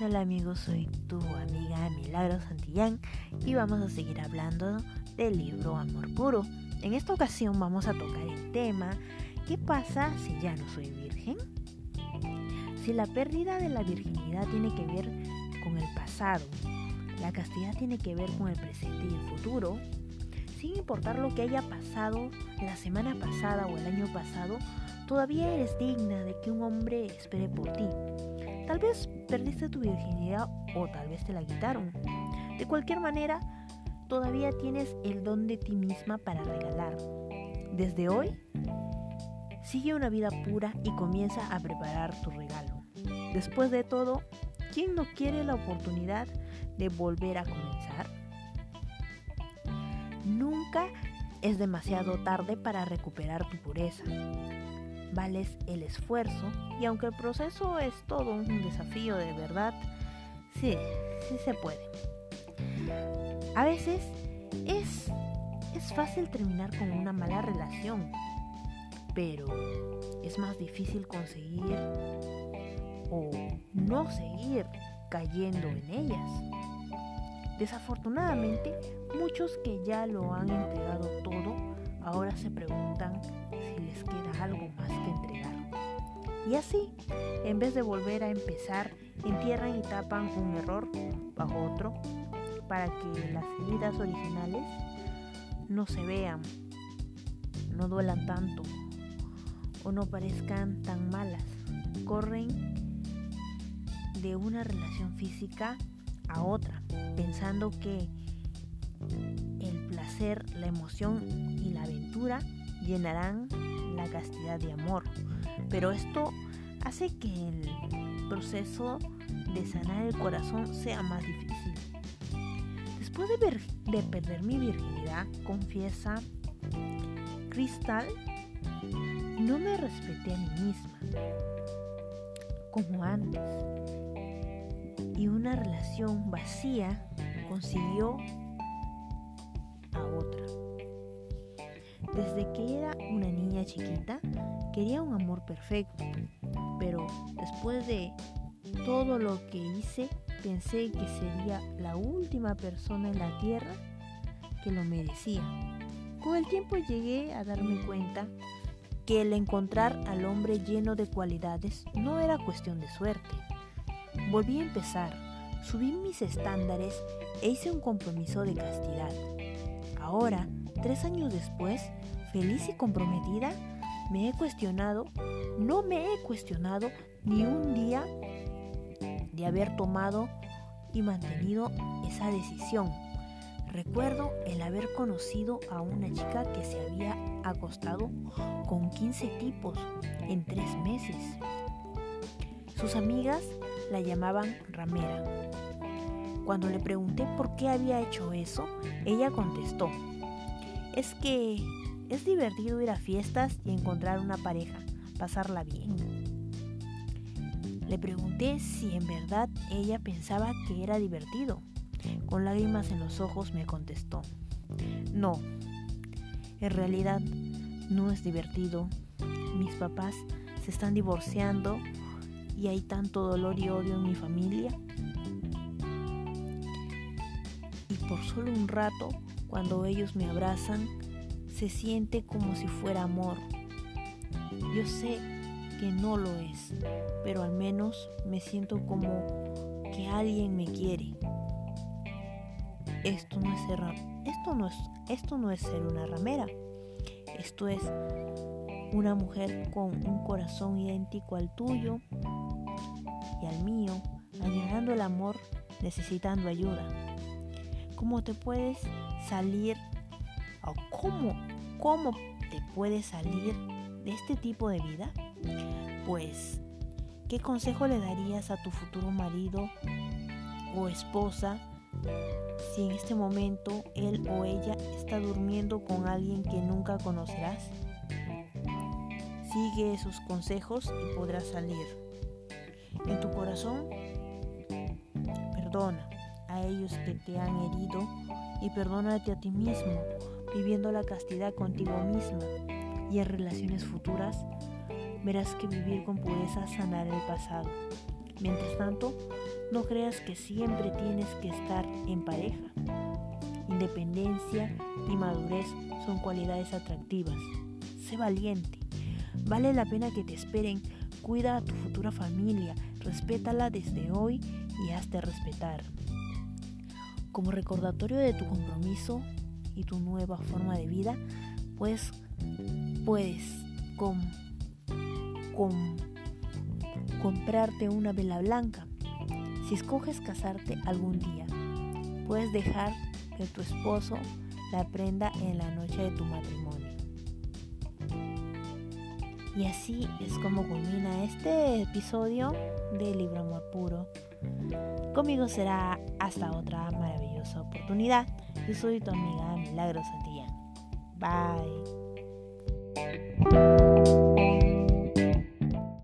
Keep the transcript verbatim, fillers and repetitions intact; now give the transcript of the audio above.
tal amigos? Soy tu amiga Milagros Santillán y vamos a seguir hablando del libro Amor Puro. En esta ocasión vamos a tocar el tema: ¿qué pasa si ya no soy virgen? Si la pérdida de la virginidad tiene que ver con el pasado, la castidad tiene que ver con el presente y el futuro, sin importar lo que haya pasado la semana pasada o el año pasado, todavía eres digna de que un hombre espere por ti. Tal vez perdiste tu virginidad o tal vez te la quitaron. De cualquier manera, todavía tienes el don de ti misma para regalar. Desde hoy, sigue una vida pura y comienza a preparar tu regalo. Después de todo, ¿quién no quiere la oportunidad de volver a comenzar? Nunca es demasiado tarde para recuperar tu pureza. Vales el esfuerzo y aunque el proceso es todo un desafío de verdad, sí, sí se puede. A veces es, es fácil terminar con una mala relación, pero es más difícil conseguir o no seguir cayendo en ellas. Desafortunadamente, muchos que ya lo han entregado todo, ahora se preguntan si les queda algo más que entregar. Y así, en vez de volver a empezar, entierran y tapan un error bajo otro para que las heridas originales no se vean, no duelan tanto o no parezcan tan malas. Corren de una relación física a otra, pensando que el placer, la emoción y la aventura llenarán la castidad de amor, pero esto hace que el proceso de sanar el corazón sea más difícil. Después de, ver, de perder mi virginidad, confiesa Crystal, no me respeté a mí misma como antes, y una relación vacía consiguió a otra. Desde que era una niña chiquita, quería un amor perfecto, pero después de todo lo que hice, pensé que sería la última persona en la tierra que lo merecía. Con el tiempo llegué a darme cuenta que el encontrar al hombre lleno de cualidades no era cuestión de suerte. Volví a empezar, subí mis estándares e hice un compromiso de castidad. Ahora, tres años después, feliz y comprometida, me he cuestionado, no me he cuestionado ni un día de haber tomado y mantenido esa decisión. Recuerdo el haber conocido a una chica que se había acostado con quince tipos en tres meses. Sus amigas la llamaban ramera. Cuando le pregunté por qué había hecho eso, ella contestó: es que es divertido ir a fiestas y encontrar una pareja, pasarla bien. Le pregunté si en verdad ella pensaba que era divertido. Con lágrimas en los ojos me contestó: no, en realidad no es divertido. Mis papás se están divorciando y hay tanto dolor y odio en mi familia. Y por solo un rato, cuando ellos me abrazan, se siente como si fuera amor. Yo sé que no lo es, pero al menos me siento como que alguien me quiere. Esto no es ser, esto no es, esto no es ser una ramera. Esto es una mujer con un corazón idéntico al tuyo y al mío, añorando el amor, necesitando ayuda. ¿Cómo te puedes salir o cómo, cómo te puedes salir de este tipo de vida? Pues, ¿qué consejo le darías a tu futuro marido o esposa si en este momento él o ella está durmiendo con alguien que nunca conocerás? Sigue esos consejos y podrás salir. En tu corazón, perdona a ellos que te han herido y perdónate a ti mismo, viviendo la castidad contigo misma, y en relaciones futuras verás que vivir con pureza sanará el pasado. Mientras tanto, no creas que siempre tienes que estar en pareja. Independencia y madurez son cualidades atractivas. Sé valiente. Vale la pena que te esperen. Cuida a tu futura familia. Respétala desde hoy y hazte respetar. Como recordatorio de tu compromiso y tu nueva forma de vida, pues puedes con, con, comprarte una vela blanca. Si escoges casarte algún día, puedes dejar que tu esposo la prenda en la noche de tu matrimonio. Y así es como culmina este episodio de Libro Amor Puro. Conmigo será hasta otra maravillosa oportunidad. Yo soy tu amiga Milagros Santillán. Bye.